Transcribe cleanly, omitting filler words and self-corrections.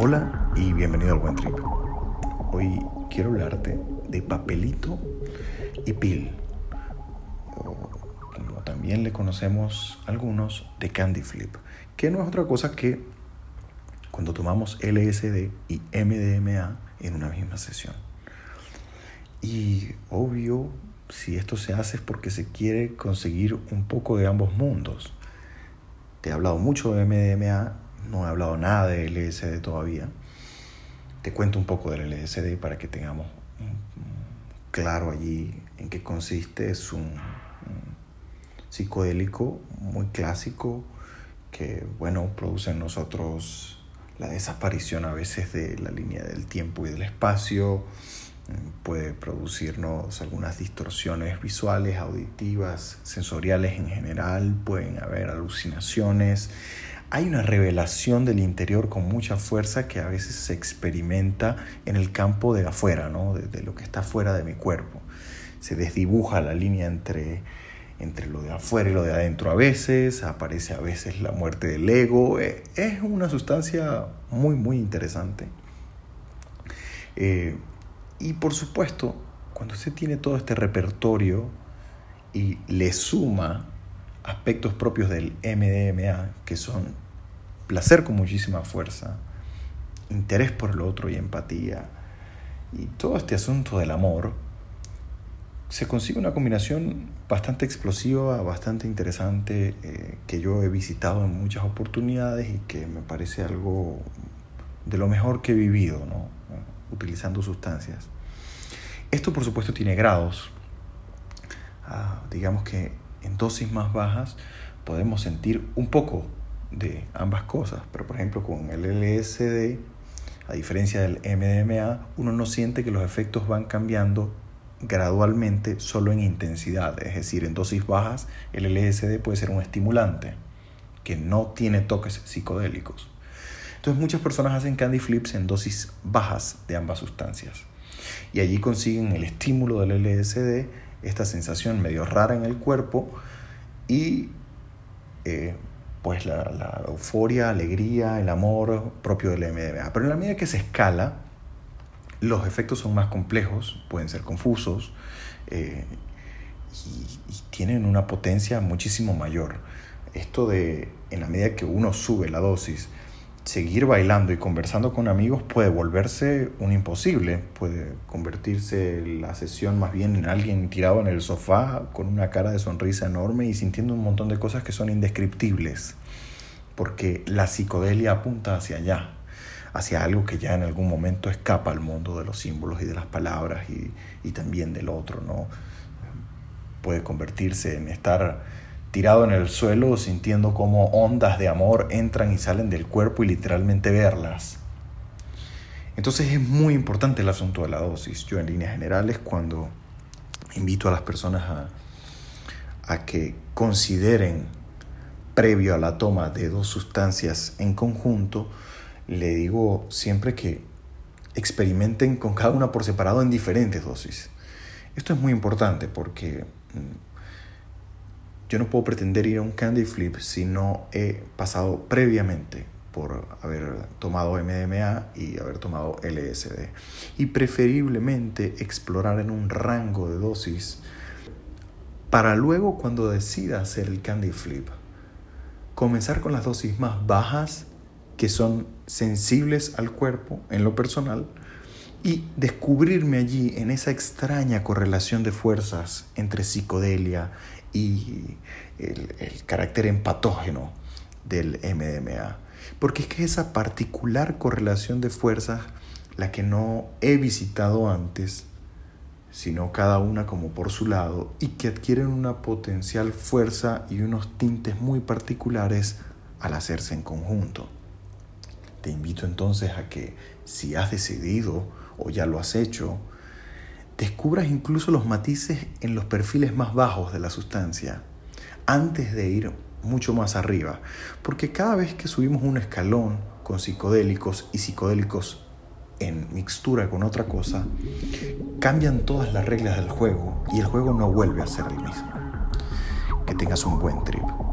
Hola y bienvenido al Buen Trip. Hoy quiero hablarte de papelito y pil, o como también le conocemos algunos, de Candy Flip, que no es otra cosa que cuando tomamos LSD y MDMA en una misma sesión. Y obvio, si esto se hace es porque se quiere conseguir un poco de ambos mundos. Te he hablado mucho de MDMA, no he hablado nada de LSD todavía. Te cuento un poco del LSD para que tengamos claro allí en qué consiste. Es un psicodélico muy clásico que, produce en nosotros la desaparición a veces de la línea del tiempo y del espacio. Puede producirnos algunas distorsiones visuales, auditivas, sensoriales en general. Pueden haber alucinaciones. Hay una revelación del interior con mucha fuerza que a veces se experimenta en el campo de afuera, ¿no? de lo que está fuera de mi cuerpo. Se desdibuja la línea entre lo de afuera y lo de adentro. A veces aparece la muerte del ego. Es una sustancia muy, muy interesante. Y por supuesto, cuando usted tiene todo este repertorio y le suma aspectos propios del MDMA, que son placer con muchísima fuerza, interés por el otro y empatía, y todo este asunto del amor, se consigue una combinación bastante explosiva, bastante interesante, que yo he visitado en muchas oportunidades y que me parece algo de lo mejor que he vivido, ¿no? Utilizando sustancias. Esto, por supuesto, tiene grados. Digamos que en dosis más bajas podemos sentir un poco de ambas cosas, pero por ejemplo con el LSD, a diferencia del MDMA, uno no siente que los efectos van cambiando gradualmente, solo en intensidad. Es decir, en dosis bajas el LSD puede ser un estimulante que no tiene toques psicodélicos. Entonces muchas personas hacen candy flips en dosis bajas de ambas sustancias y allí consiguen el estímulo del LSD, esta sensación medio rara en el cuerpo y la euforia, alegría, el amor propio del MDMA. Pero en la medida que se escala, los efectos son más complejos, pueden ser confusos y tienen una potencia muchísimo mayor. Esto de, en la medida que uno sube la dosis, seguir bailando y conversando con amigos puede volverse un imposible. Puede convertirse la sesión más bien en alguien tirado en el sofá con una cara de sonrisa enorme y sintiendo un montón de cosas que son indescriptibles, porque la psicodelia apunta hacia allá, hacia algo que ya en algún momento escapa al mundo de los símbolos y de las palabras y también del otro, ¿no? Puede convertirse en estar tirado en el suelo sintiendo cómo ondas de amor entran y salen del cuerpo y literalmente verlas. Entonces es muy importante el asunto de la dosis. Yo en líneas generales, cuando invito a las personas a que consideren previo a la toma de dos sustancias en conjunto, le digo siempre que experimenten con cada una por separado en diferentes dosis. Esto es muy importante porque yo no puedo pretender ir a un candy flip si no he pasado previamente por haber tomado MDMA y haber tomado LSD. Y preferiblemente explorar en un rango de dosis para luego, cuando decida hacer el candy flip, comenzar con las dosis más bajas que son sensibles al cuerpo en lo personal y descubrirme allí en esa extraña correlación de fuerzas entre psicodelia y el carácter empatógeno del MDMA. Porque es que esa particular correlación de fuerzas la que no he visitado antes, sino cada una como por su lado, y que adquieren una potencial fuerza y unos tintes muy particulares al hacerse en conjunto. Te invito entonces a que, si has decidido o ya lo has hecho, descubras incluso los matices en los perfiles más bajos de la sustancia antes de ir mucho más arriba, porque cada vez que subimos un escalón con psicodélicos y psicodélicos en mixtura con otra cosa, cambian todas las reglas del juego y el juego no vuelve a ser el mismo. Que tengas un buen trip.